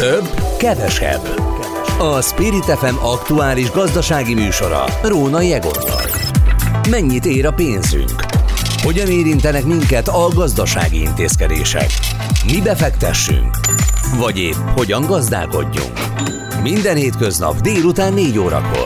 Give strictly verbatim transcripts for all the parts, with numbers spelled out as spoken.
Több, kevesebb. A Spirit ef em aktuális gazdasági műsora Rónai Egonnal. Mennyit ér a pénzünk? Hogyan érintenek minket a gazdasági intézkedések? Mi befektessünk? Vagy épp hogyan gazdálkodjunk? Minden hétköznap délután négy órakor.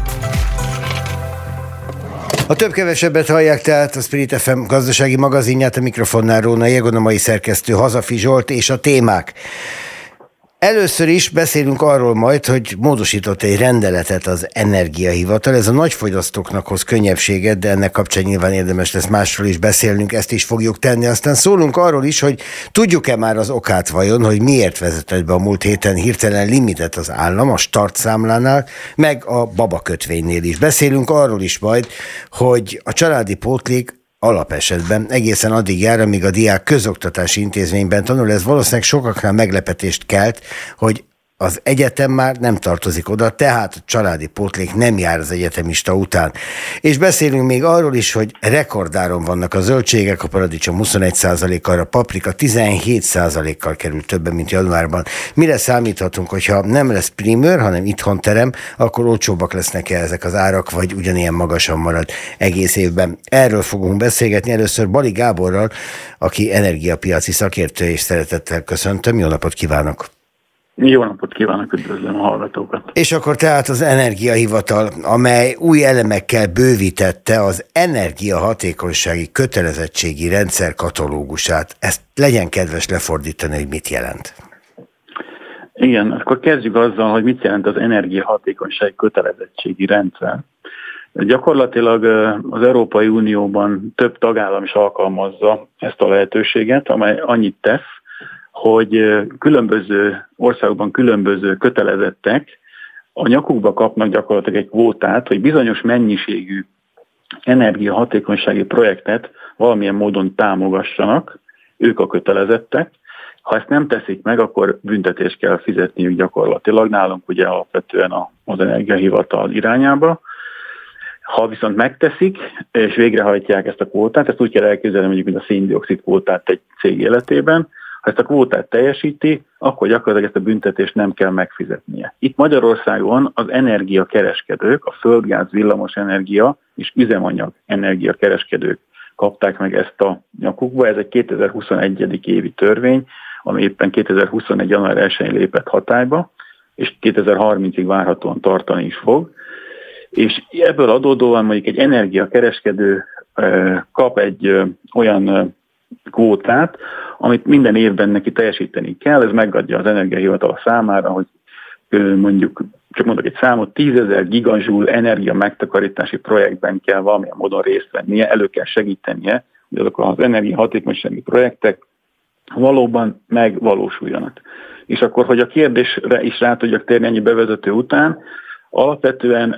A több-kevesebbet hallják tehát a Spirit ef em gazdasági magazinját, a mikrofonnál Rónai Egon, a mai szerkesztő Hazafi Zsolt, és a témák. Először is beszélünk arról majd, hogy módosított egy rendeletet az Energiahivatal. Ez a nagyfogyasztóknak hoz könnyebbséget, de ennek kapcsán nyilván érdemes lesz másról is beszélnünk, ezt is fogjuk tenni. Aztán szólunk arról is, hogy tudjuk-e már az okát vajon, hogy miért vezetett be a múlt héten hirtelen limitet az állam a startszámlánál, meg a babakötvénynél is. Beszélünk arról is majd, hogy a családi pótlék alapesetben egészen addig jár, amíg a diák közoktatási intézményben tanul. Ez valószínűleg sokaknál meglepetést kelt, hogy az egyetem már nem tartozik oda, tehát a családi pótlék nem jár az egyetemista után. És beszélünk még arról is, hogy rekordáron vannak a zöldségek, a paradicsom huszonegy százalékkal, a paprika tizenhét százalékkal kerül többen, mint januárban. Mire számíthatunk, hogyha nem lesz primőr, hanem itthon terem, akkor olcsóbbak lesznek-e ezek az árak, vagy ugyanilyen magasan marad egész évben? Erről fogunk beszélgetni először Bali Gáborral, aki energiapiaci szakértő, és szeretettel köszöntöm. Jó napot kívánok! Jó napot kívánok, üdvözlöm a hallgatókat. És akkor tehát az Energiahivatal, amely új elemekkel bővítette az energiahatékonysági kötelezettségi rendszer katalógusát. Ezt legyen kedves lefordítani, hogy mit jelent. Igen, akkor kezdjük azzal, hogy mit jelent az energiahatékonysági kötelezettségi rendszer. Gyakorlatilag az Európai Unióban több tagállam is alkalmazza ezt a lehetőséget, amely annyit tesz, hogy különböző országokban különböző kötelezettek a nyakukba kapnak gyakorlatilag egy kvótát, hogy bizonyos mennyiségű energiahatékonysági projektet valamilyen módon támogassanak, ők a kötelezettek. Ha ezt nem teszik meg, akkor büntetést kell fizetniük gyakorlatilag. Nálunk ugye alapvetően az Energiahivatal irányába. Ha viszont megteszik, és végrehajtják ezt a kvótát, ezt úgy kell elképzelni, mondjuk, mint a szén-dioxid kvótát egy cég életében, ha ezt a kvótát teljesíti, akkor gyakorlatilag ezt a büntetést nem kell megfizetnie. Itt Magyarországon az energiakereskedők, a földgáz, villamos energia és üzemanyag energiakereskedők kapták meg ezt a nyakukba. Ez egy kétezer-huszonegy. évi törvény, ami éppen kétezer-huszonegy. január elsején lépett hatályba, és kétezer-harmincig várhatóan tartani is fog. És ebből adódóan mondjuk egy energiakereskedő kap egy olyan kvótát, amit minden évben neki teljesíteni kell, ez megadja az Energiahivatal számára, hogy mondjuk, csak mondok egy számot, tízezer gigajoule energia megtakarítási projektben kell valamilyen módon részt vennie, elő kell segítenie, hogy azok az energiahatékonysági projektek valóban megvalósuljanak. És akkor, hogy a kérdésre is rá tudjak térni ennyi bevezető után, alapvetően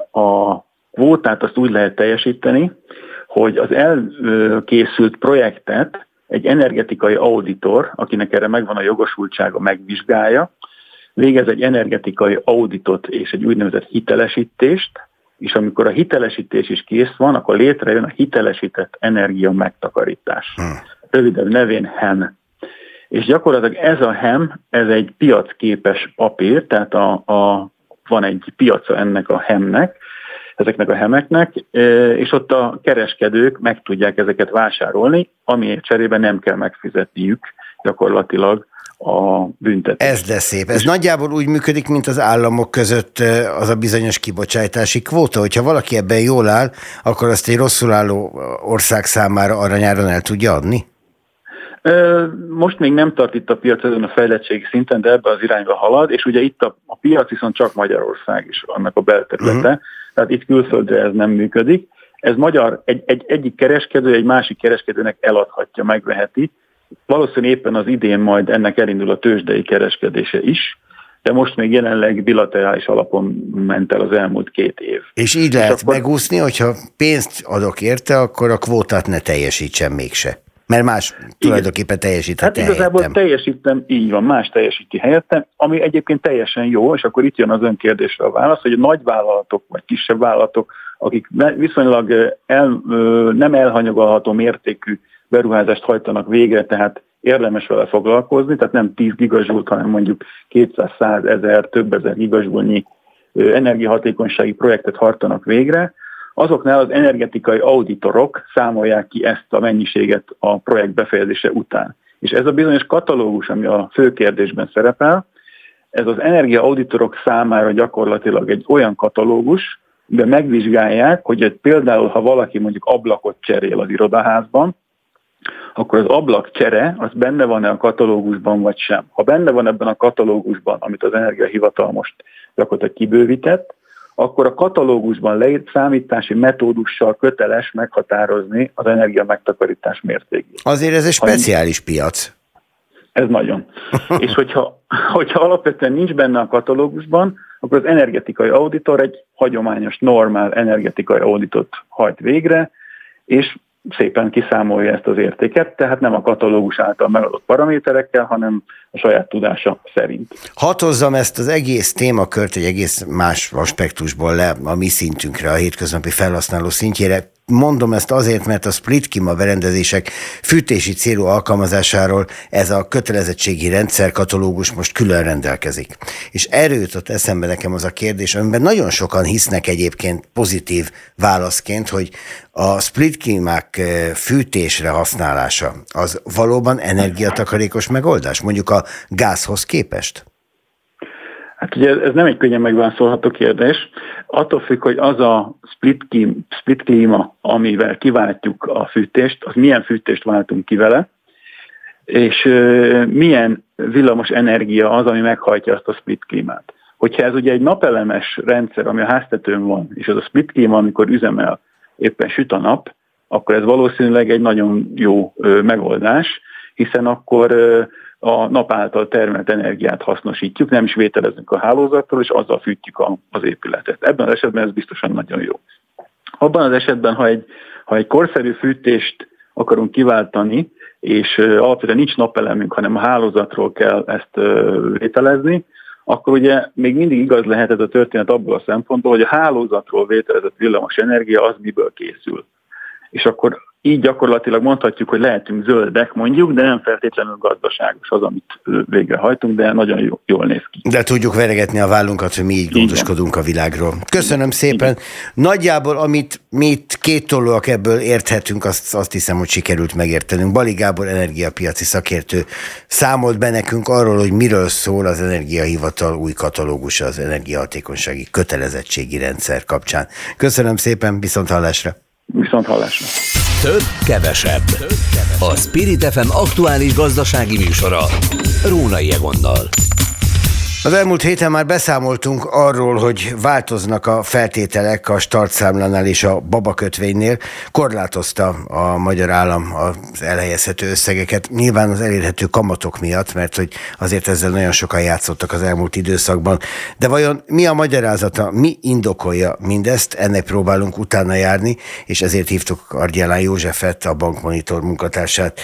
a kvótát azt úgy lehet teljesíteni, hogy az elkészült projektet egy energetikai auditor, akinek erre megvan a jogosultsága, megvizsgálja, végez egy energetikai auditot és egy úgynevezett hitelesítést, és amikor a hitelesítés is kész van, akkor létrejön a hitelesített energia megtakarítás. Röviden nevén há e em. És gyakorlatilag ez a há e em, ez egy piacképes papír, tehát a, a, van egy piaca ennek a há e em-nek, ezeknek a há e em-eknek, és ott a kereskedők meg tudják ezeket vásárolni, amiért cserében nem kell megfizetniük gyakorlatilag a büntetést. Ez de szép. Ez nagyjából úgy működik, mint az államok között az a bizonyos kibocsátási kvóta. Hogyha valaki ebben jól áll, akkor azt egy rosszul álló ország számára aranyáron el tudja adni? Most még nem tart itt a piac ezen a fejlettségi szinten, de ebbe az irányba halad, és ugye itt a, a piac viszont csak Magyarország is, annak a belterülete, uh-huh. Tehát itt külföldre ez nem működik. Ez magyar, egy, egy, egyik kereskedő egy másik kereskedőnek eladhatja, megveheti. Valószínűleg éppen az idén majd ennek elindul a tőzsdei kereskedése is, de most még jelenleg bilaterális alapon ment el az elmúlt két év. És így lehet és akkor... megúszni, hogyha pénzt adok érte, akkor a kvótát ne teljesítsen mégse. Mert más igen. Tulajdonképpen teljesítette Hát igazából helyettem. teljesítem, így van, más teljesíti helyettem, ami egyébként teljesen jó, és akkor itt jön az önkérdésre a válasz, hogy a nagy vállalatok vagy kisebb vállalatok, akik viszonylag el, nem elhanyagolható mértékű beruházást hajtanak végre, tehát érdemes vele foglalkozni, tehát nem tíz gigazsult, hanem mondjuk kétszáz, száz, ezer, több ezer gigazsultnyi energiahatékonysági projektet hajtanak végre, azoknál az energetikai auditorok számolják ki ezt a mennyiséget a projekt befejezése után. És ez a bizonyos katalógus, ami a fő kérdésben szerepel, ez az energiaauditorok számára gyakorlatilag egy olyan katalógus, de megvizsgálják, hogy például, ha valaki mondjuk ablakot cserél az irodaházban, akkor az ablakcsere, az benne van-e a katalógusban, vagy sem. Ha benne van ebben a katalógusban, amit az Energiahivatal most gyakorlatilag kibővített, akkor a katalógusban leírt számítási metódussal köteles meghatározni az energia megtakarítás mértékét. Azért ez egy speciális piac. Ez nagyon. És hogyha, hogyha alapvetően nincs benne a katalógusban, akkor az energetikai auditor egy hagyományos, normál energetikai auditot hajt végre, és szépen kiszámolja ezt az értéket, tehát nem a katalógus által megadott paraméterekkel, hanem a saját tudása szerint. Hatozzam ezt az egész témakört egy egész más aspektusból le a mi szintünkre, a hétköznapi felhasználó szintjére. Mondom ezt azért, mert a split klíma berendezések fűtési célú alkalmazásáról ez a kötelezettségi rendszerkatalógus most külön rendelkezik. És erről jutott eszembe nekem az a kérdés, amiben nagyon sokan hisznek egyébként pozitív válaszként, hogy a split klímák fűtésre használása az valóban energiatakarékos megoldás, mondjuk a gázhoz képest? Hát ugye ez nem egy könnyen megválaszolható kérdés. Attól függ, hogy az a split, klíma, split klíma, amivel kiváltjuk a fűtést, az milyen fűtést váltunk ki vele, és milyen villamos energia az, ami meghajtja azt a split klímát. Hogyha ez ugye egy napelemes rendszer, ami a háztetőn van, és az a split klíma, amikor üzemel, éppen süt a nap, akkor ez valószínűleg egy nagyon jó megoldás, hiszen akkor a nap által termelt energiát hasznosítjuk, nem is vételezünk a hálózatról, és azzal fűtjük az épületet. Ebben az esetben ez biztosan nagyon jó. Abban az esetben, ha egy, ha egy korszerű fűtést akarunk kiváltani, és alapvetően nincs napelemünk, hanem a hálózatról kell ezt vételezni, akkor ugye még mindig igaz lehet ez a történet abból a szempontból, hogy a hálózatról vételezett villamos energia az miből készül. És akkor így gyakorlatilag mondhatjuk, hogy lehetünk zöldek mondjuk, de nem feltétlenül gazdaságos az, amit végrehajtunk, de nagyon jól néz ki. De tudjuk veregetni a vállunkat, hogy mi így gondoskodunk a világról. Köszönöm szépen. Igen. Nagyjából, amit mi itt kéttollúak ebből érthetünk, azt, azt hiszem, hogy sikerült megértenünk. Bali Gábor energiapiaci szakértő számolt be nekünk arról, hogy miről szól az Energiahivatal új katalógusa az energiahatékonysági kötelezettségi rendszer kapcsán. Köszönöm szépen, viszont hallásra. Viszont hallásra. Több, kevesebb. A Spirit ef em aktuális gazdasági műsora Rónai Egonnal. Az elmúlt héten már beszámoltunk arról, hogy változnak a feltételek a startszámlánál és a babakötvénynél. Korlátozta a magyar állam az elhelyezhető összegeket, nyilván az elérhető kamatok miatt, mert hogy azért ezzel nagyon sokan játszottak az elmúlt időszakban. De vajon mi a magyarázata, mi indokolja mindezt? Ennek próbálunk utána járni, és ezért hívtuk Argyelán Józsefet, a Bankmonitor munkatársát.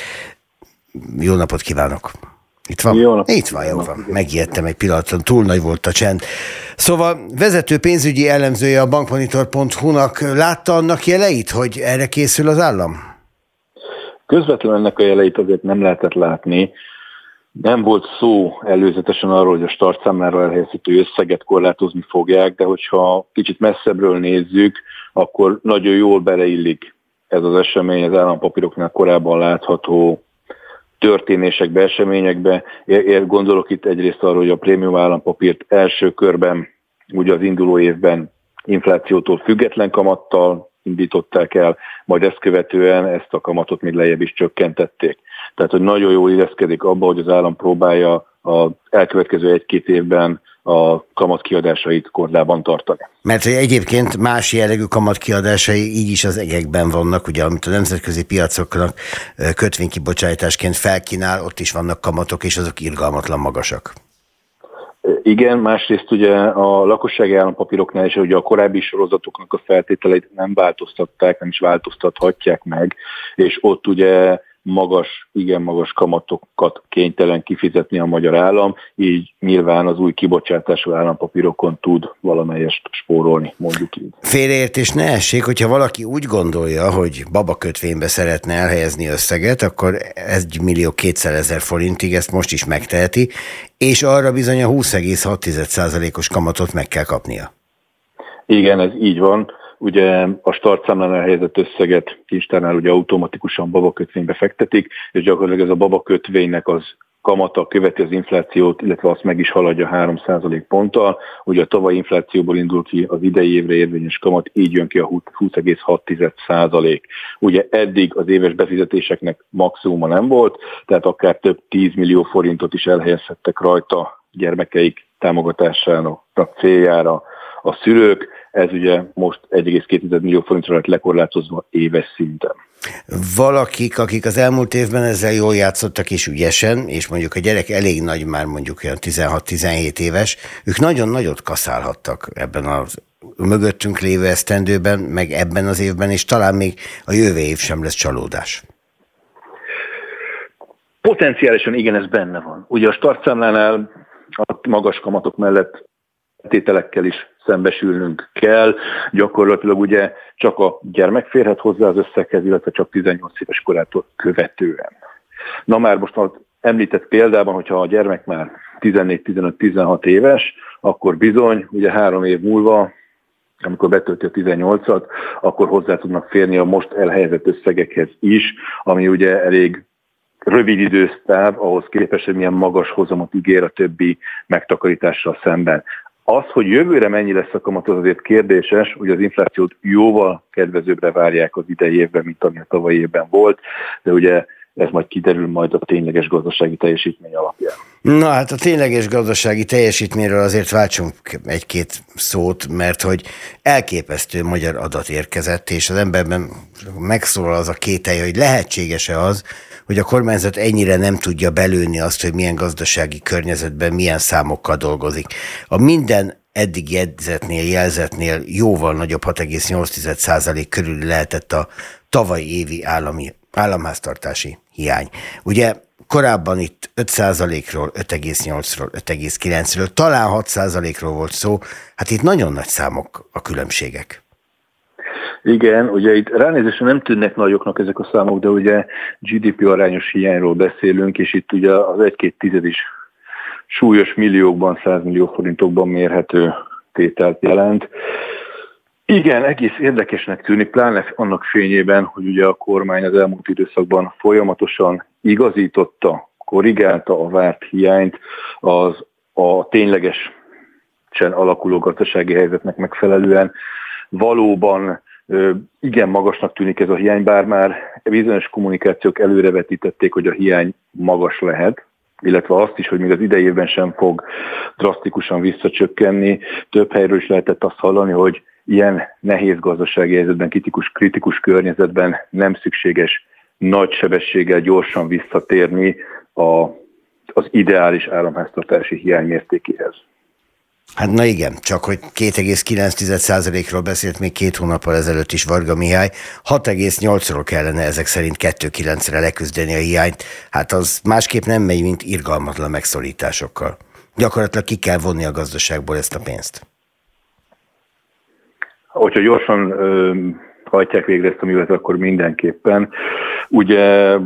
Jó napot kívánok! Itt van? Jó napot. Itt van, jó van. Megijedtem egy pillanatra, túl nagy volt a csend. Szóval vezető pénzügyi elemzője a bankmonitor pont hu-nak látta annak jeleit, hogy erre készül az állam? Közvetlenül ennek a jeleit azért nem lehetett látni. Nem volt szó előzetesen arról, hogy a startszámlára elhelyezhető összeget korlátozni fogják, de hogyha kicsit messzebbről nézzük, akkor nagyon jól beleillik ez az esemény az állampapíroknál korábban látható történésekbe, eseményekbe. Én gondolok itt egyrészt arra, hogy a prémium állampapírt első körben, ugye az induló évben inflációtól független kamattal indították el, majd ezt követően ezt a kamatot még lejjebb is csökkentették. Tehát, hogy nagyon jól illeszkedik abba, hogy az állam próbálja az elkövetkező egy-két évben a kamatkiadásait kordában tartani. Mert hogy egyébként más jellegű kamatkiadásai így is az egekben vannak, ugye, amit a nemzetközi piacoknak kötvénykibocsátásként felkínál, ott is vannak kamatok, és azok irgalmatlan magasak. Igen, másrészt ugye a lakossági állampapíroknál is ugye a korábbi sorozatoknak a feltételeit nem változtatták, nem is változtathatják meg, és ott ugye magas, igen magas kamatokat kénytelen kifizetni a magyar állam, így nyilván az új kibocsátású állampapírokon tud valamelyest spórolni, mondjuk így. Félreértés ne essék, hogyha valaki úgy gondolja, hogy babakötvénybe szeretne elhelyezni összeget, akkor egy millió kétszázezer forintig ezt most is megteheti, és arra bizony a húsz egész hat százalékos kamatot meg kell kapnia. Igen, ez így van. Ugye a startszámlán elhelyezett összeget kincstárnál ugye automatikusan babakötvénybe fektetik, és gyakorlatilag ez a babakötvénynek az kamata követi az inflációt, illetve azt meg is haladja három százalékponttal. Ugye a tavalyi inflációból indul ki az idei évre érvényes kamat, így jön ki a húsz egész hat százalék. Ugye eddig az éves befizetéseknek maximuma nem volt, tehát akár több tíz millió forintot is elhelyezhettek rajta gyermekeik támogatásának céljára a szülők. Ez ugye most egy egész két millió forintra lett lekorlátozva éves szinten. Valakik, akik az elmúlt évben ezzel jól játszottak és ügyesen, és mondjuk a gyerek elég nagy, már mondjuk olyan tizenhat-tizenhét éves, ők nagyon nagyot kaszálhattak ebben a mögöttünk lévő esztendőben, meg ebben az évben, és talán még a jövő év sem lesz csalódás. Potenciálisan igen, ez benne van. Ugye a startszámlánál a magas kamatok mellett tételekkel is szembesülnünk kell. Gyakorlatilag ugye csak a gyermek férhet hozzá az összeghez, illetve csak tizennyolc éves korától követően. Na már most az említett példában, hogyha a gyermek már tizennégy, tizenöt, tizenhat éves, akkor bizony, ugye három év múlva, amikor betölti a tizennyolcat, akkor hozzá tudnak férni a most elhelyezett összegekhez is, ami ugye elég rövid idősztáv ahhoz képest, hogy milyen magas hozamot ígér a többi megtakarítással szemben. Az, hogy jövőre mennyi lesz a kamat, az azért kérdéses, hogy az inflációt jóval kedvezőbbre várják az idei évben, mint ami a tavalyi évben volt, de ugye ez majd kiderül majd a tényleges gazdasági teljesítmény alapján. Na hát a tényleges gazdasági teljesítményről azért váltsunk egy-két szót, mert hogy elképesztő magyar adat érkezett, és az emberben megszólal az a kételje, hogy lehetséges-e az, hogy a kormányzat ennyire nem tudja belőni azt, hogy milyen gazdasági környezetben milyen számokkal dolgozik. A minden eddig jegyzetnél, jelzetnél jóval nagyobb hat egész nyolc százalék körül lehetett a tavalyi évi állami, államháztartási hiány. Ugye korábban itt öt százalékról, öt egész nyolcról, öt egész kilencről, talán hat százalékról volt szó, hát itt nagyon nagy számok a különbségek. Igen, ugye itt ránézésre nem tűnnek nagyoknak ezek a számok, de ugye gé dé pé arányos hiányról beszélünk, és itt ugye az egy-két tized is súlyos milliókban, százmillió forintokban mérhető tételt jelent. Igen, egész érdekesnek tűnik, pláne annak fényében, hogy ugye a kormány az elmúlt időszakban folyamatosan igazította, korrigálta a várt hiányt az a ténylegesen alakuló gazdasági helyzetnek megfelelően. Valóban igen magasnak tűnik ez a hiány, bár már bizonyos kommunikációk előrevetítették, hogy a hiány magas lehet, illetve azt is, hogy még az idei évben sem fog drasztikusan visszacsökkenni. Több helyről is lehetett azt hallani, hogy ilyen nehéz gazdasági helyzetben, kritikus, kritikus környezetben nem szükséges nagy sebességgel gyorsan visszatérni a, az ideális államháztartási hiány mértékéhez. Hát na igen, csak hogy két egész kilenc százalékról beszélt még két hónappal ezelőtt is Varga Mihály, hat egész nyolcról kellene ezek szerint kettő egész kilencre leküzdeni a hiányt, hát az másképp nem megy, mint irgalmatlan megszorításokkal. Gyakorlatilag ki kell vonni a gazdaságból ezt a pénzt. Hogyha gyorsan ö, hajtják végre ezt a művet, akkor mindenképpen. Ugye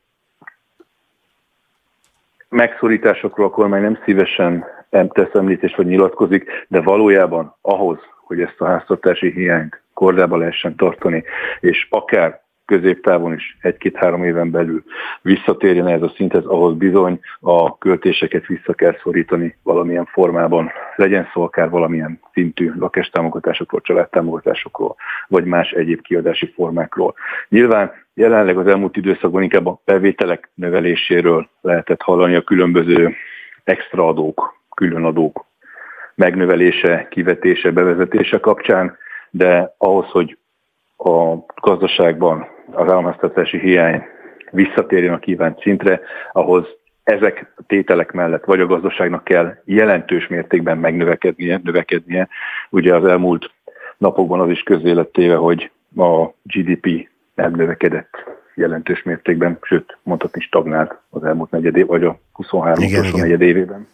megszorításokról a kormány nem szívesen nem tesz említést, vagy nyilatkozik, de valójában ahhoz, hogy ezt a háztartási hiányt kordába lehessen tartani, és akár középtávon is egy-két-három éven belül visszatérjen ez a szinthez, ahhoz bizony a költéseket vissza kell szorítani valamilyen formában. Legyen szó akár valamilyen szintű lakástámogatásokról, családtámogatásokról, vagy más egyéb kiadási formákról. Nyilván jelenleg az elmúlt időszakban inkább a bevételek növeléséről lehetett hallani, a különböző extra adók, különadók megnövelése, kivetése, bevezetése kapcsán, de ahhoz, hogy a gazdaságban az államháztartási hiány visszatérjen a kívánt szintre, ahhoz ezek a tételek mellett vagy a gazdaságnak kell jelentős mértékben megnövekednie, növekednie. Ugye az elmúlt napokban az is közé lett téve, hogy a gé dé pé nem növekedett jelentős mértékben, sőt, mondhatni stagnált az elmúlt negyed év, vagy a huszonhárom utolsó negyed évében.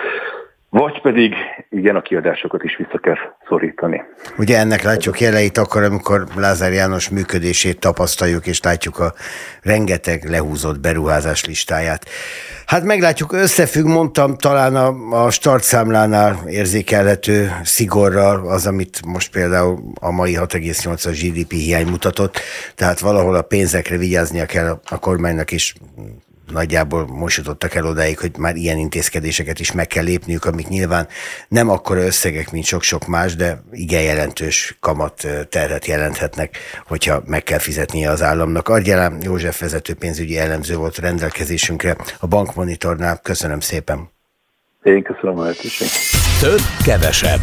Vagy pedig igen, a kiadásokat is vissza kell szorítani. Ugye ennek látjuk jeleit akkor, amikor Lázár János működését tapasztaljuk, és látjuk a rengeteg lehúzott beruházás listáját. Hát meglátjuk, összefügg, mondtam, talán a, a startszámlánál érzékelhető szigorral az, amit most például a mai hat egész nyolcas gé dé pé hiány mutatott, tehát valahol a pénzekre vigyáznia kell a kormánynak is. Nagyjából most jutottak el odáig, hogy már ilyen intézkedéseket is meg kell lépniük, amik nyilván nem akkora összegek, mint sok-sok más, de igen jelentős kamat terhet jelenthetnek, hogyha meg kell fizetnie az államnak. Argyelán József vezető pénzügyi elemző volt rendelkezésünkre a Bankmonitornál. Köszönöm szépen. Én köszönöm a lehetőséget. Több, kevesebb.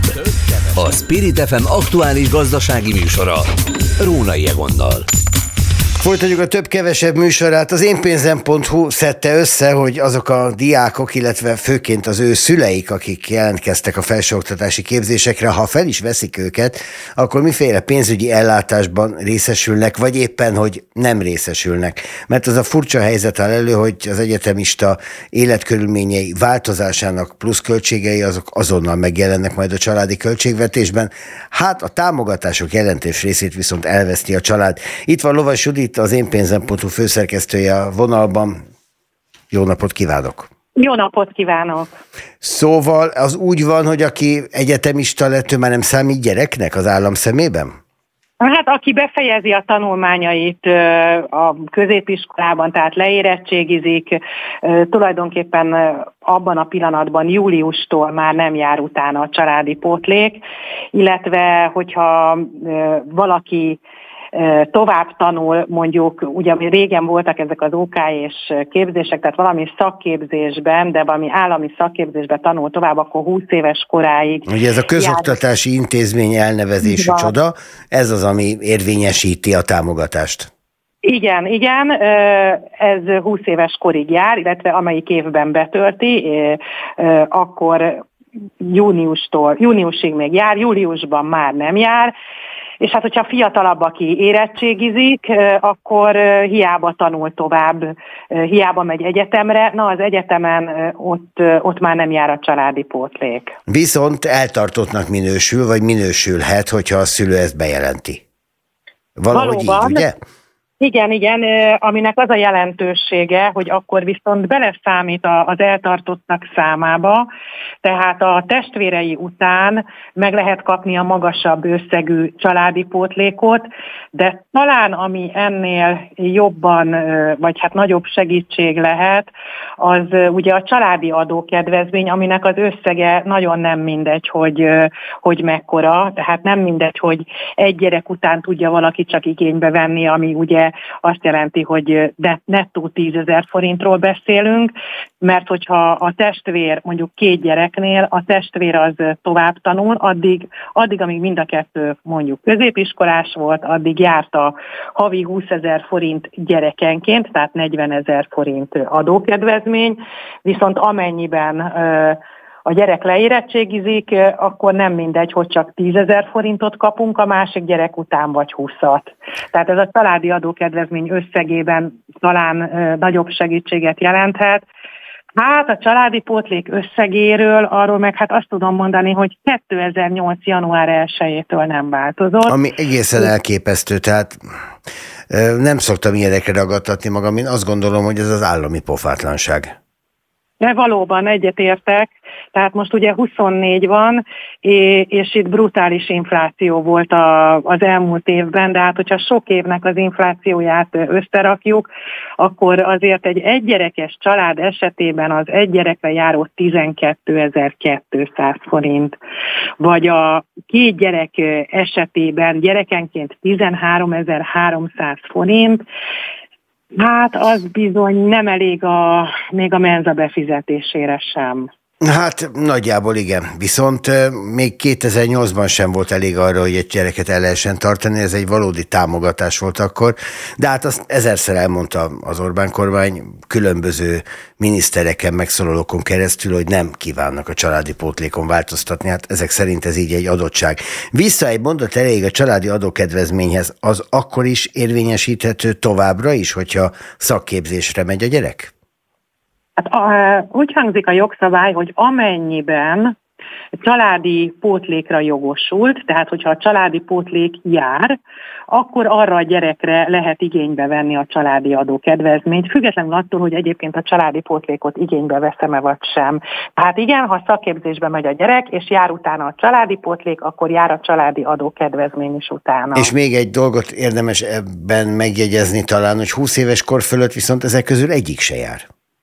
A Spirit ef em aktuális gazdasági műsora Rónai Egonnal. Folytatjuk a több-kevesebb műsorát. Az énpénzem pont hu szedte össze, hogy azok a diákok, illetve főként az ő szüleik, akik jelentkeztek a felsőoktatási képzésekre, ha fel is veszik őket, akkor miféle pénzügyi ellátásban részesülnek, vagy éppen, hogy nem részesülnek. Mert az a furcsa helyzet áll elő, hogy az egyetemista életkörülményei változásának plusz költségei azok azonnal megjelennek majd a családi költségvetésben. Hát a támogatások jelentős részét viszont elveszti a család. Itt van Lovas Judit, az énpénzem pont hu főszerkesztője a vonalban. Jó napot kívánok! Jó napot kívánok! Szóval az úgy van, hogy aki egyetemista lett, ő már nem számít gyereknek az állam szemében? Hát aki befejezi a tanulmányait a középiskolában, tehát leérettségizik, tulajdonképpen abban a pillanatban júliustól már nem jár utána a családi pótlék, illetve hogyha valaki tovább tanul, mondjuk, ugye régen voltak ezek az ó ká és képzések, tehát valami szakképzésben, de valami állami szakképzésben tanul tovább, akkor húsz éves koráig. Ugye ez a közoktatási jár... intézmény elnevezésű ja. csoda, ez az, ami érvényesíti a támogatást. Igen, igen, ez húsz éves korig jár, illetve amelyik évben betölti, akkor júniustól, júniusig még jár, júliusban már nem jár, és hát, hogyha fiatalabb, aki érettségizik, akkor hiába tanul tovább, hiába megy egyetemre, na az egyetemen ott, ott már nem jár a családi pótlék. Viszont eltartottnak minősül, vagy minősülhet, hogyha a szülő ezt bejelenti. Valahogy Valóban. Így, ugye? Igen, igen, aminek az a jelentősége, hogy akkor viszont beleszámít az eltartottak számába, tehát a testvérei után meg lehet kapni a magasabb összegű családi pótlékot, de talán ami ennél jobban, vagy hát nagyobb segítség lehet, az ugye a családi adókedvezmény, aminek az összege nagyon nem mindegy, hogy, hogy mekkora, tehát nem mindegy, hogy egy gyerek után tudja valaki csak igénybe venni, ami ugye azt jelenti, hogy nettó tízezer forintról beszélünk, mert hogyha a testvér mondjuk két gyereknél, a testvér az tovább tanul, addig, addig amíg mind a kettő mondjuk középiskolás volt, addig járt a havi húszezer forint gyerekenként, tehát negyvenezer forint adókedvezmény, viszont amennyiben a gyerek leérettségizik, akkor nem mindegy, hogy csak tízezer forintot kapunk, a másik gyerek után vagy húszat. Tehát ez a családi adókedvezmény összegében talán nagyobb segítséget jelenthet. Hát a családi pótlék összegéről, arról meg hát azt tudom mondani, hogy kétezer-nyolc január elsejétől nem változott. Ami egészen elképesztő, tehát nem szoktam ilyenekre ragadtatni magam, én azt gondolom, hogy ez az állami pofátlanság. De valóban egyetértek, tehát most ugye huszonnégy van, és itt brutális infláció volt az elmúlt évben, de hát hogyha sok évnek az inflációját összerakjuk, akkor azért egy egygyerekes család esetében az egy gyerekre járó tizenkétezer-kétszáz forint, vagy a két gyerek esetében gyerekenként tizenháromezer-háromszáz forint, hát az bizony nem elég a, még a menza befizetésére sem. Hát nagyjából igen, viszont még kétezer-nyolcban sem volt elég arra, hogy egy gyereket el lehessen tartani, ez egy valódi támogatás volt akkor, de hát azt ezerszer elmondta az Orbán kormány különböző minisztereken, megszólalókon keresztül, hogy nem kívánnak a családi pótlékon változtatni, hát ezek szerint ez így egy adottság. Vissza egy mondat elég a családi adókedvezményhez, az akkor is érvényesíthető továbbra is, hogyha szakképzésre megy a gyerek? Hát a, úgy hangzik a jogszabály, hogy amennyiben családi pótlékra jogosult, tehát hogyha a családi pótlék jár, akkor arra a gyerekre lehet igénybe venni a családi adókedvezményt, függetlenül attól, hogy egyébként a családi pótlékot igénybe veszem-e vagy sem. Tehát igen, ha szakképzésbe megy a gyerek, és jár utána a családi pótlék, akkor jár a családi adókedvezmény is utána. És még egy dolgot érdemes ebben megjegyezni talán, hogy húsz éves kor fölött viszont ezek közül egyik se jár.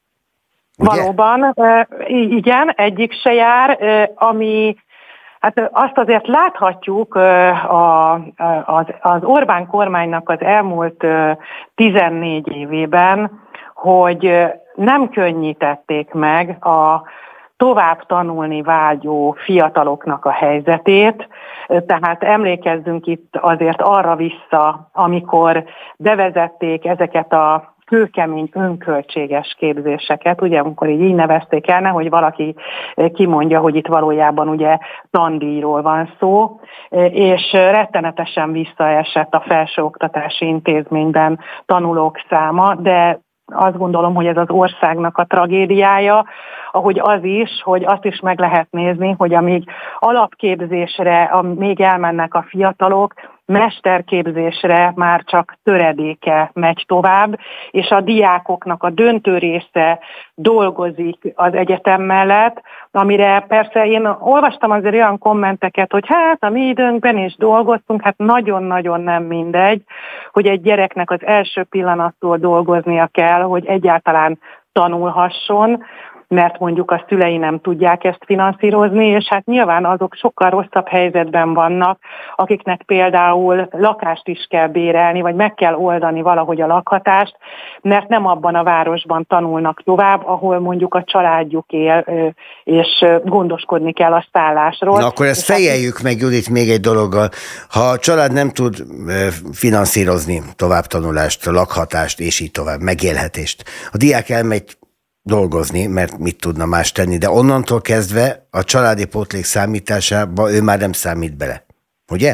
Ugye? Valóban, igen, egyik se jár, ami, hát azt azért láthatjuk a, az, az Orbán kormánynak az elmúlt tizennégy évében, hogy nem könnyítették meg a tovább tanulni vágyó fiataloknak a helyzetét, tehát emlékezzünk itt azért arra vissza, amikor bevezették ezeket a kőkemény önköltséges képzéseket, ugye, amikor így, így nevezték el, hogy valaki kimondja, hogy itt valójában ugye tandíjról van szó, és rettenetesen visszaesett a felsőoktatási intézményben tanulók száma, de azt gondolom, hogy ez az országnak a tragédiája, ahogy az is, hogy azt is meg lehet nézni, hogy amíg alapképzésre még elmennek a fiatalok, mesterképzésre már csak töredéke megy tovább, és a diákoknak a döntő része dolgozik az egyetem mellett, amire persze én olvastam azért olyan kommenteket, hogy hát a mi időnkben is dolgoztunk, hát nagyon-nagyon nem mindegy, hogy egy gyereknek az első pillanattól dolgoznia kell, hogy egyáltalán tanulhasson, mert mondjuk a szülei nem tudják ezt finanszírozni, és hát nyilván azok sokkal rosszabb helyzetben vannak, akiknek például lakást is kell bérelni, vagy meg kell oldani valahogy a lakhatást, mert nem abban a városban tanulnak tovább, ahol mondjuk a családjuk él, és gondoskodni kell a szállásról. Na akkor ezt fejeljük meg, Judit, még egy dologgal. Ha a család nem tud finanszírozni továbbtanulást, lakhatást, és így tovább, megélhetést, a diák elmegy dolgozni, mert mit tudna más tenni, de onnantól kezdve a családi pótlék számításába ő már nem számít bele. Ugye?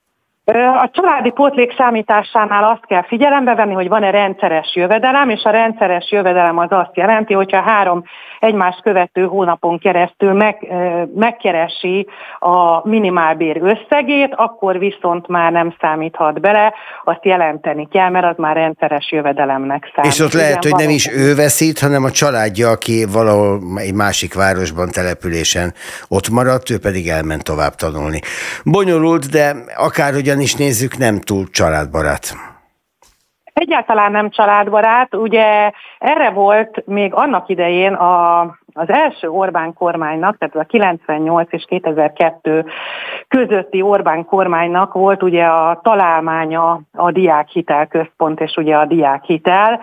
A családi pótlék számításánál azt kell figyelembe venni, hogy van-e rendszeres jövedelem, és a rendszeres jövedelem az azt jelenti, hogyha három egymást követő hónapon keresztül meg, megkeresi a minimálbér összegét, akkor viszont már nem számíthat bele, azt jelenteni kell, mert az már rendszeres jövedelemnek számít. És ott lehet, igen, hogy nem is ő veszít, hanem a családja, aki valahol egy másik városban, településen ott maradt, ő pedig elment tovább tanulni. Bonyolult, de akárhogyan is nézzük, nem túl családbarát. Egyáltalán nem családbarát, ugye erre volt még annak idején a, az első Orbán kormánynak, tehát a kilencvennyolc és kétezer-kettő közötti Orbán kormánynak volt ugye a találmánya a Diákhitel Központ és ugye a Diákhitel,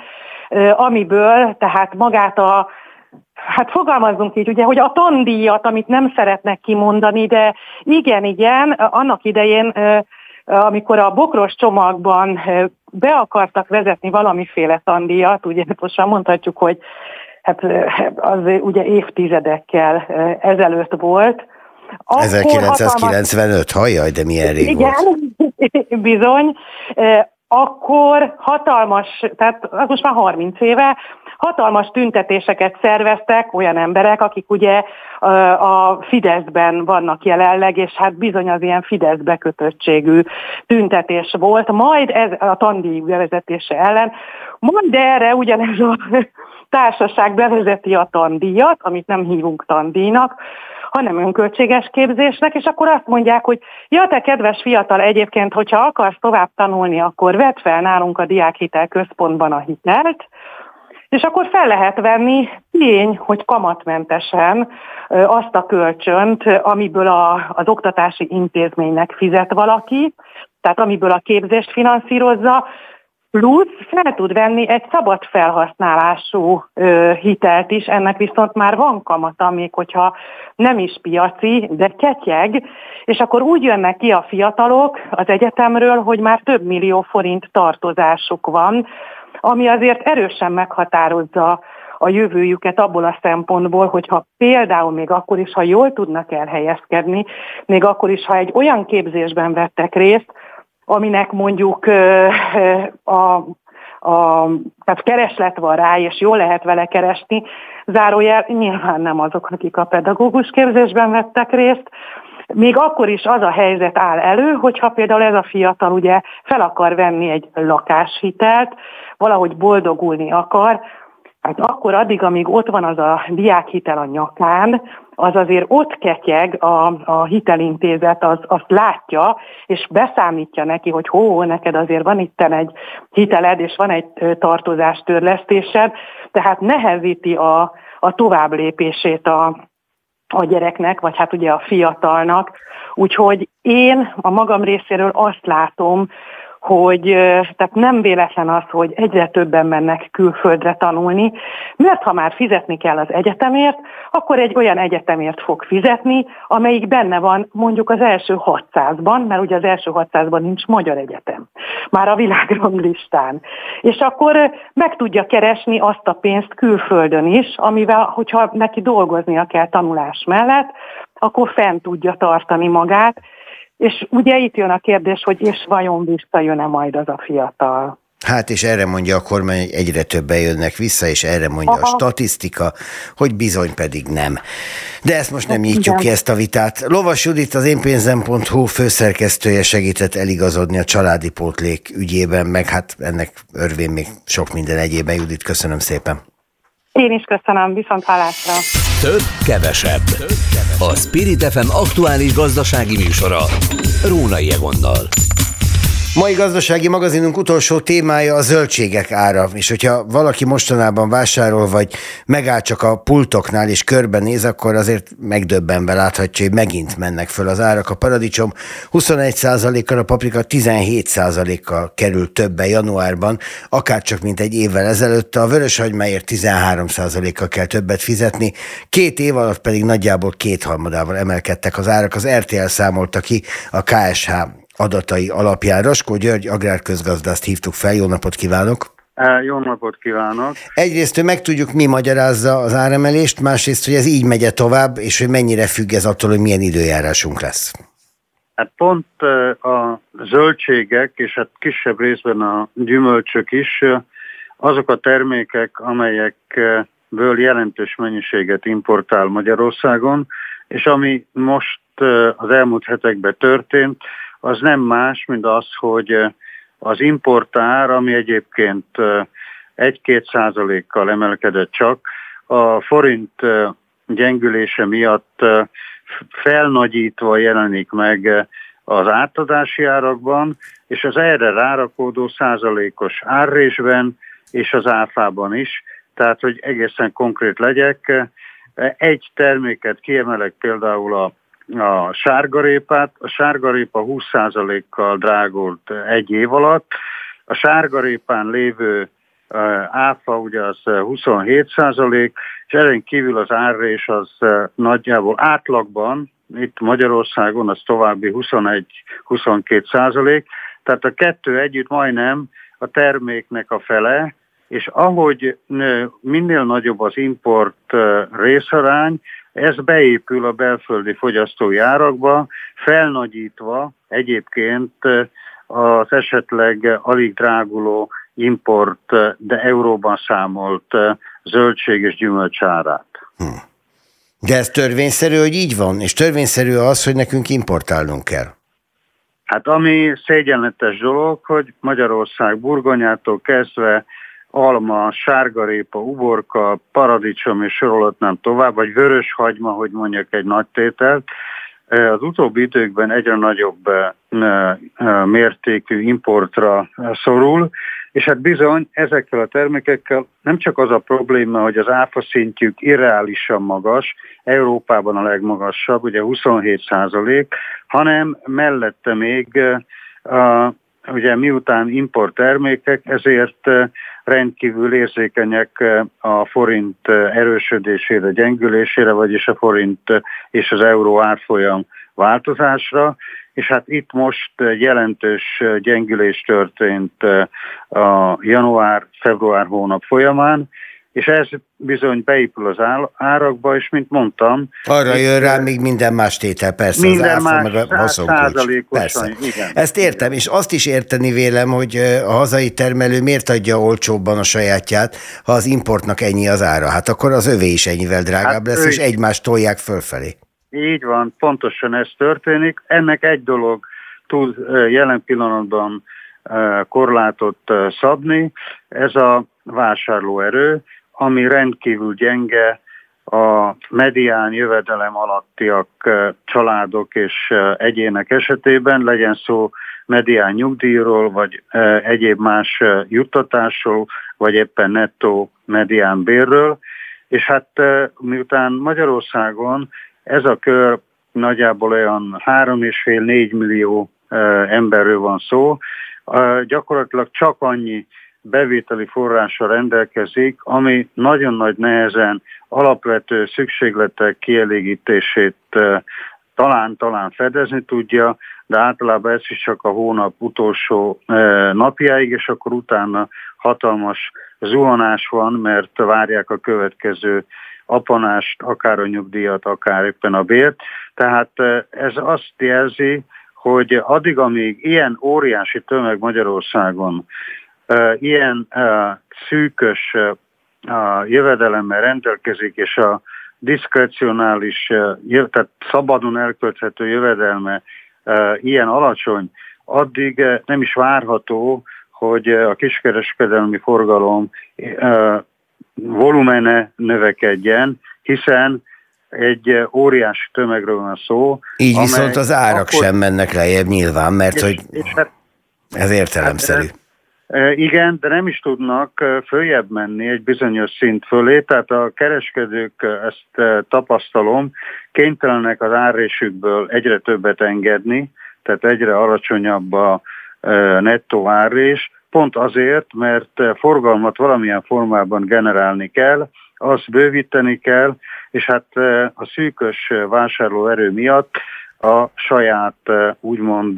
amiből tehát magát a Hát fogalmazzunk így, ugye, hogy a tandíjat, amit nem szeretnek kimondani, de igen, igen, annak idején, amikor a bokros csomagban be akartak vezetni valamiféle tandíjat, ugye most már mondhatjuk, hogy hát az ugye évtizedekkel ezelőtt volt. ezerkilencszázkilencvenöt, hajjaj, de milyen rég igen, volt. Bizony. Akkor hatalmas, tehát az most már harminc éve, hatalmas tüntetéseket szerveztek olyan emberek, akik ugye a Fideszben vannak jelenleg, és hát bizony az ilyen Fidesz bekötöttségű tüntetés volt, majd ez a tandíj bevezetése ellen, majd erre ugyanez a társaság bevezeti a tandíjat, amit nem hívunk tandíjnak, hanem önköltséges képzésnek, és akkor azt mondják, hogy ja, te kedves fiatal, egyébként, hogyha akarsz tovább tanulni, akkor vedd fel nálunk a Diákhitel Központban a hitelt, és akkor fel lehet venni tény, hogy kamatmentesen azt a kölcsönt, amiből a, az oktatási intézménynek fizet valaki, tehát amiből a képzést finanszírozza, Plusz fel tud venni egy szabad felhasználású ö, hitelt is, ennek viszont már van kamata, még hogyha nem is piaci, de ketyeg, és akkor úgy jönnek ki a fiatalok az egyetemről, hogy már több millió forint tartozásuk van, ami azért erősen meghatározza a jövőjüket abból a szempontból, hogyha például még akkor is, ha jól tudnak elhelyezkedni, még akkor is, ha egy olyan képzésben vettek részt, aminek mondjuk a, a, tehát kereslet van rá, és jól lehet vele keresni, zárójel nyilván nem azok, akik a pedagógus képzésben vettek részt, még akkor is az a helyzet áll elő, hogyha például ez a fiatal ugye fel akar venni egy lakáshitelt, valahogy boldogulni akar, hát akkor addig, amíg ott van az a diákhitel a nyakán, az azért ott ketyeg a, a hitelintézet, az, azt látja, és beszámítja neki, hogy hó, neked azért van itten egy hiteled, és van egy tartozástörlesztésed, tehát nehezíti a, a továbblépését a, a gyereknek, vagy hát ugye a fiatalnak. Úgyhogy én a magam részéről azt látom, hogy tehát nem véletlen az, hogy egyre többen mennek külföldre tanulni, mert ha már fizetni kell az egyetemért, akkor egy olyan egyetemért fog fizetni, amelyik benne van mondjuk az első hatszázban, mert ugye az első hatszázban nincs magyar egyetem, már a világranglistán. És akkor meg tudja keresni azt a pénzt külföldön is, amivel, hogyha neki dolgoznia kell tanulás mellett, akkor fent tudja tartani magát. És ugye itt jön a kérdés, hogy és vajon visszajön-e majd az a fiatal? Hát és erre mondja a kormány, hogy egyre többen jönnek vissza, és erre mondja Aha. a statisztika, hogy bizony pedig nem. De ezt most nem nyitjuk ki, ezt a vitát. Lovas Judit, az énpénzem pont hu főszerkesztője segített eligazodni a családi pótlék ügyében, meg hát ennek örvén még sok minden egyében. Judit, köszönöm szépen. Én is köszönöm, viszont hallásra. Több, kevesebb. A Spirit ef em aktuális gazdasági műsora Rónai Egonnal. Mai gazdasági magazinunk utolsó témája a zöldségek ára, és hogyha valaki mostanában vásárol, vagy megáll csak a pultoknál és körbenéz, akkor azért megdöbbenve láthatja, hogy megint mennek föl az árak. A paradicsom huszonegy százalékkal, a paprika tizenhét százalékkal került többe januárban, akárcsak mint egy évvel ezelőtt, a vöröshagymáért tizenhárom százalékkal kell többet fizetni, két év alatt pedig nagyjából kétharmadával emelkedtek az árak. Az er té el számolta ki a ká es há adatai alapján. Raskó György agrárközgazdászt hívtuk fel. Jó napot kívánok! Jó napot kívánok! Egyrészt, hogy megtudjuk, mi magyarázza az áremelést, másrészt, hogy ez így megy tovább, és hogy mennyire függ ez attól, hogy milyen időjárásunk lesz. Hát pont a zöldségek, és hát kisebb részben a gyümölcsök is, azok a termékek, amelyekből jelentős mennyiséget importál Magyarországon, és ami most az elmúlt hetekben történt, az nem más, mint az, hogy az importár, ami egyébként egy-két százalékkal emelkedett csak, a forint gyengülése miatt felnagyítva jelenik meg az átadási árakban, és az erre rárakódó százalékos árrésben és az áfában is. Tehát, hogy egészen konkrét legyek, egy terméket kiemelek, például a a sárgarépát. A sárgarépa húsz százalékkal drágult egy év alatt. A sárgarépán lévő áfa ugye az huszonhét százalék, és ezen kívül az árrés az nagyjából átlagban, itt Magyarországon az további huszonegy-huszonkettő százalék, tehát a kettő együtt majdnem a terméknek a fele, és ahogy minél nagyobb az import részarány, ez beépül a belföldi fogyasztói árakba, felnagyítva egyébként az esetleg alig dráguló import, de euróban számolt zöldség és gyümölcs árát. Hm. De ez törvényszerű, hogy így van? És törvényszerű az, hogy nekünk importálnunk kell? Hát ami szégyenletes dolog, hogy Magyarország burgonyától kezdve alma, sárgarépa, uborka, paradicsom és sorolhatnám tovább, vagy vörös hagyma, hogy mondjak egy nagy tételt. Az utóbbi időkben egyre nagyobb mértékű importra szorul, és hát bizony ezekkel a termékekkel nem csak az a probléma, hogy az áfa szintjük irreálisan magas, Európában a legmagasabb, ugye huszonhét százalék, hanem mellette még ugye miután import termékek, ezért rendkívül érzékenyek a forint erősödésére, gyengülésére, vagyis a forint és az euró árfolyam változásra, és hát itt most jelentős gyengülés történt a január-február hónap folyamán, és ez bizony beépül az árakba, és mint mondtam... Arra jön rá még minden más tétel, persze, minden az áfa, más meg a haszonkulcs. Persze. Igen. Ezt értem, és azt is érteni vélem, hogy a hazai termelő miért adja olcsóbban a sajátját, ha az importnak ennyi az ára. Hát akkor az övé is ennyivel drágább hát lesz, és egymást tolják fölfelé. Így van, pontosan ez történik. Ennek egy dolog tud jelen pillanatban korlátot szabni, ez a vásárlóerő, ami rendkívül gyenge a medián jövedelem alattiak, családok és egyének esetében, legyen szó medián nyugdíjról, vagy egyéb más juttatásról, vagy éppen nettó medián bérről. És hát miután Magyarországon ez a kör nagyjából olyan három és fél négy millió emberről van szó, gyakorlatilag csak annyi bevételi forrással rendelkezik, ami nagyon nagy nehezen alapvető szükségletek kielégítését talán-talán fedezni tudja, de általában ez is csak a hónap utolsó napjáig, és akkor utána hatalmas zuhanás van, mert várják a következő apanást, akár a nyugdíjat, akár éppen a bért. Tehát ez azt jelzi, hogy addig, amíg ilyen óriási tömeg Magyarországon Uh, ilyen uh, szűkös uh, jövedelemmel rendelkezik, és a diszkrecionális, uh, tehát szabadon elkölthető jövedelme uh, ilyen alacsony, addig uh, nem is várható, hogy uh, a kiskereskedelmi forgalom uh, volumene növekedjen, hiszen egy uh, óriási tömegről van szó. Így viszont az árak akkor... sem mennek lejjebb nyilván, mert és, hogy és hát, ez értelemszerű. Hát, igen, de nem is tudnak följebb menni egy bizonyos szint fölé, tehát a kereskedők, ezt tapasztalom, kénytelenek az árrésükből egyre többet engedni, tehát egyre alacsonyabb a nettó árrés, pont azért, mert forgalmat valamilyen formában generálni kell, azt bővíteni kell, és hát a szűkös vásárlóerő miatt a saját úgymond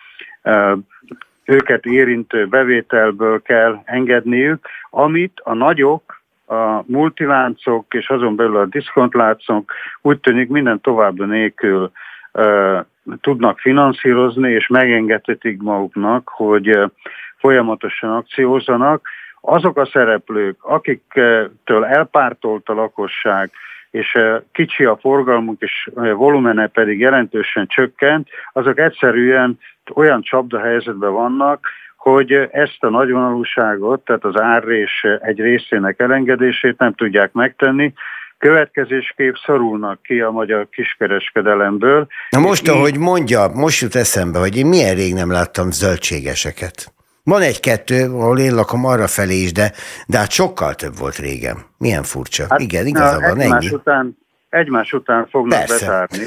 őket érintő bevételből kell engedniük, amit a nagyok, a multiláncok és azon belül a diszkontláncok úgy tűnik minden további nélkül uh, tudnak finanszírozni, és megengedhetik maguknak, hogy uh, folyamatosan akciózzanak. Azok a szereplők, akiktől elpártolt a lakosság, és kicsi a forgalmuk, és volumene pedig jelentősen csökkent, azok egyszerűen olyan csapdahelyzetben vannak, hogy ezt a nagyvonalúságot, tehát az árrés egy részének elengedését nem tudják megtenni, következésképp szorulnak ki a magyar kiskereskedelemből. Na most, ahogy mondja, most jut eszembe, hogy én milyen rég nem láttam zöldségeseket. Van egy-kettő, ahol én lakom arra felé is, de, de hát sokkal több volt régen. Milyen furcsa. Hát, igen, igaza van, ennyi. Után, egymás után fognak Persze. bezárni.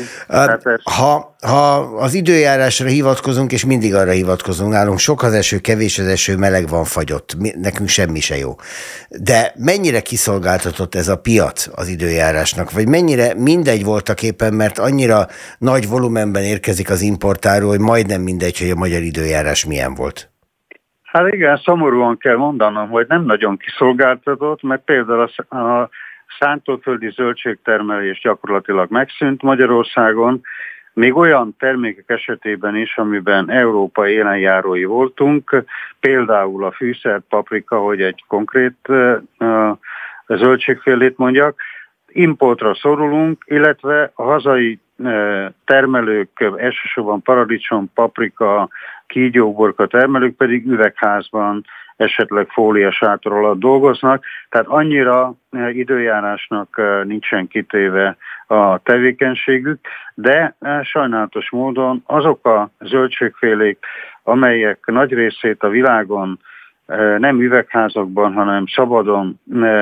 Ha, ha az időjárásra hivatkozunk, és mindig arra hivatkozunk, nálunk sok az eső, kevés az eső, meleg van, fagyott. Nekünk semmi se jó. De mennyire kiszolgáltatott ez a piac az időjárásnak? Vagy mennyire mindegy voltak éppen, mert annyira nagy volumenben érkezik az importáról, hogy majdnem mindegy, hogy a magyar időjárás milyen volt? Hát igen, szomorúan kell mondanom, hogy nem nagyon kiszolgáltatott, mert például a, a szántóföldi zöldségtermelés gyakorlatilag megszűnt Magyarországon, még olyan termékek esetében is, amiben európai élenjárói voltunk, például a fűszerpaprika, hogy egy konkrét uh, zöldségfélét mondjak, importra szorulunk, illetve a hazai uh, termelők, elsősorban paradicsom, paprika, kígyóborka termelők pedig üvegházban, esetleg fóliasátor alatt dolgoznak, tehát annyira időjárásnak nincsen kitéve a tevékenységük, de sajnálatos módon azok a zöldségfélék, amelyek nagy részét a világon nem üvegházakban, hanem szabadon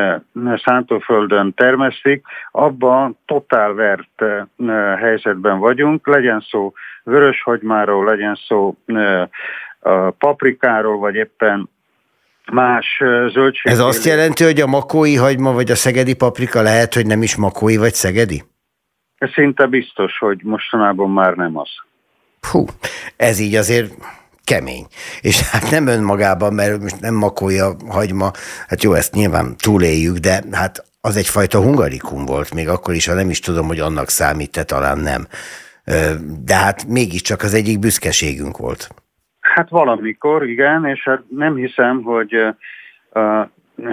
szántóföldön termesztik, abban totál vert helyzetben vagyunk, legyen szó vöröshagymáról, legyen szó a paprikáról, vagy éppen más zöldség. Ez azt jelenti, hogy a makói hagyma vagy a szegedi paprika lehet, hogy nem is makói vagy szegedi? Szinte biztos, hogy mostanában már nem az. Hú, ez így azért kemény. És hát nem önmagában, mert most nem makói a hagyma, hát jó, ezt nyilván túléljük, de hát az egyfajta hungarikum volt, még akkor is, ha nem is tudom, hogy annak számít, te talán nem. De hát mégiscsak az egyik büszkeségünk volt. Hát valamikor, igen, és hát nem hiszem, hogy a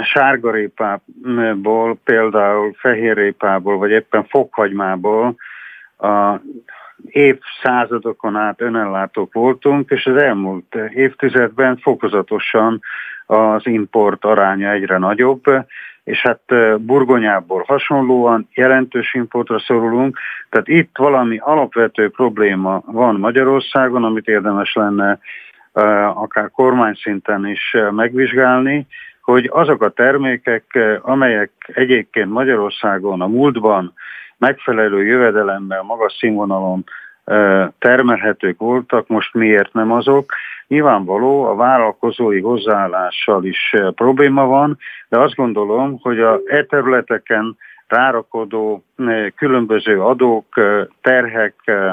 sárgarépából, például fehérrépából, vagy éppen fokhagymából a évszázadokon át önellátók voltunk, és az elmúlt évtizedben fokozatosan az import aránya egyre nagyobb, és hát burgonyából hasonlóan jelentős importra szorulunk, tehát itt valami alapvető probléma van Magyarországon, amit érdemes lenne akár kormányszinten is megvizsgálni, hogy azok a termékek, amelyek egyébként Magyarországon a múltban megfelelő jövedelemmel, magas színvonalon termelhetők voltak, most miért nem azok. Nyilvánvaló, a vállalkozói hozzáállással is probléma van, de azt gondolom, hogy a e területeken rárakodó különböző adók, terhek,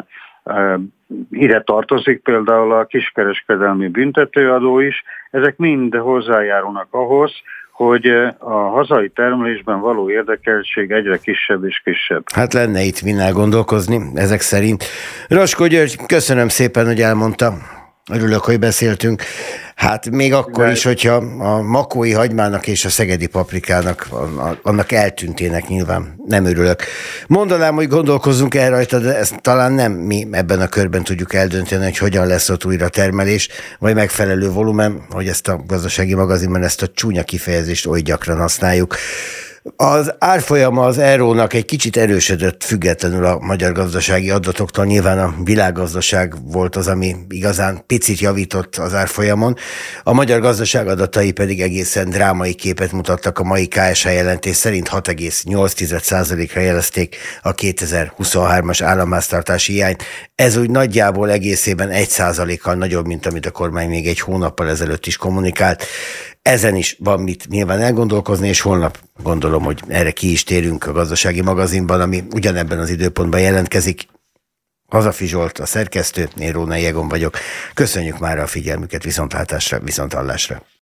ide tartozik például a kiskereskedelmi büntetőadó is, ezek mind hozzájárulnak ahhoz, hogy a hazai termelésben való érdekeltség egyre kisebb és kisebb. Hát lenne itt minnel gondolkozni, ezek szerint. Raskó György, köszönöm szépen, hogy elmondta. Örülök, hogy beszéltünk. Hát még akkor is, hogyha a makói hagymának és a szegedi paprikának, annak eltűntének nyilván nem örülök. Mondanám, hogy gondolkozzunk el rajta, de ezt talán nem mi ebben a körben tudjuk eldönteni, hogy hogyan lesz ott újra termelés, vagy megfelelő volumen, hogy ezt a gazdasági magazinban ezt a csúnya kifejezést oly gyakran használjuk. Az árfolyama az eurónak egy kicsit erősödött függetlenül a magyar gazdasági adatoktól. Nyilván a világgazdaság volt az, ami igazán picit javított az árfolyamon. A magyar gazdaság adatai pedig egészen drámai képet mutattak. A mai ká es há jelentés szerint hat egész nyolc százalékra jelezték a kétezer-huszonhármas államháztartási hiányt. Ez úgy nagyjából egészében egy százalékkal nagyobb, mint amit a kormány még egy hónappal ezelőtt is kommunikált. Ezen is van mit nyilván elgondolkozni, és holnap gondolom, hogy erre ki is térünk a gazdasági magazinban, ami ugyanebben az időpontban jelentkezik. Hazafi Zsolt a szerkesztő, én Rónai Egon vagyok. Köszönjük már a figyelmüket, viszontlátásra, viszonthallásra.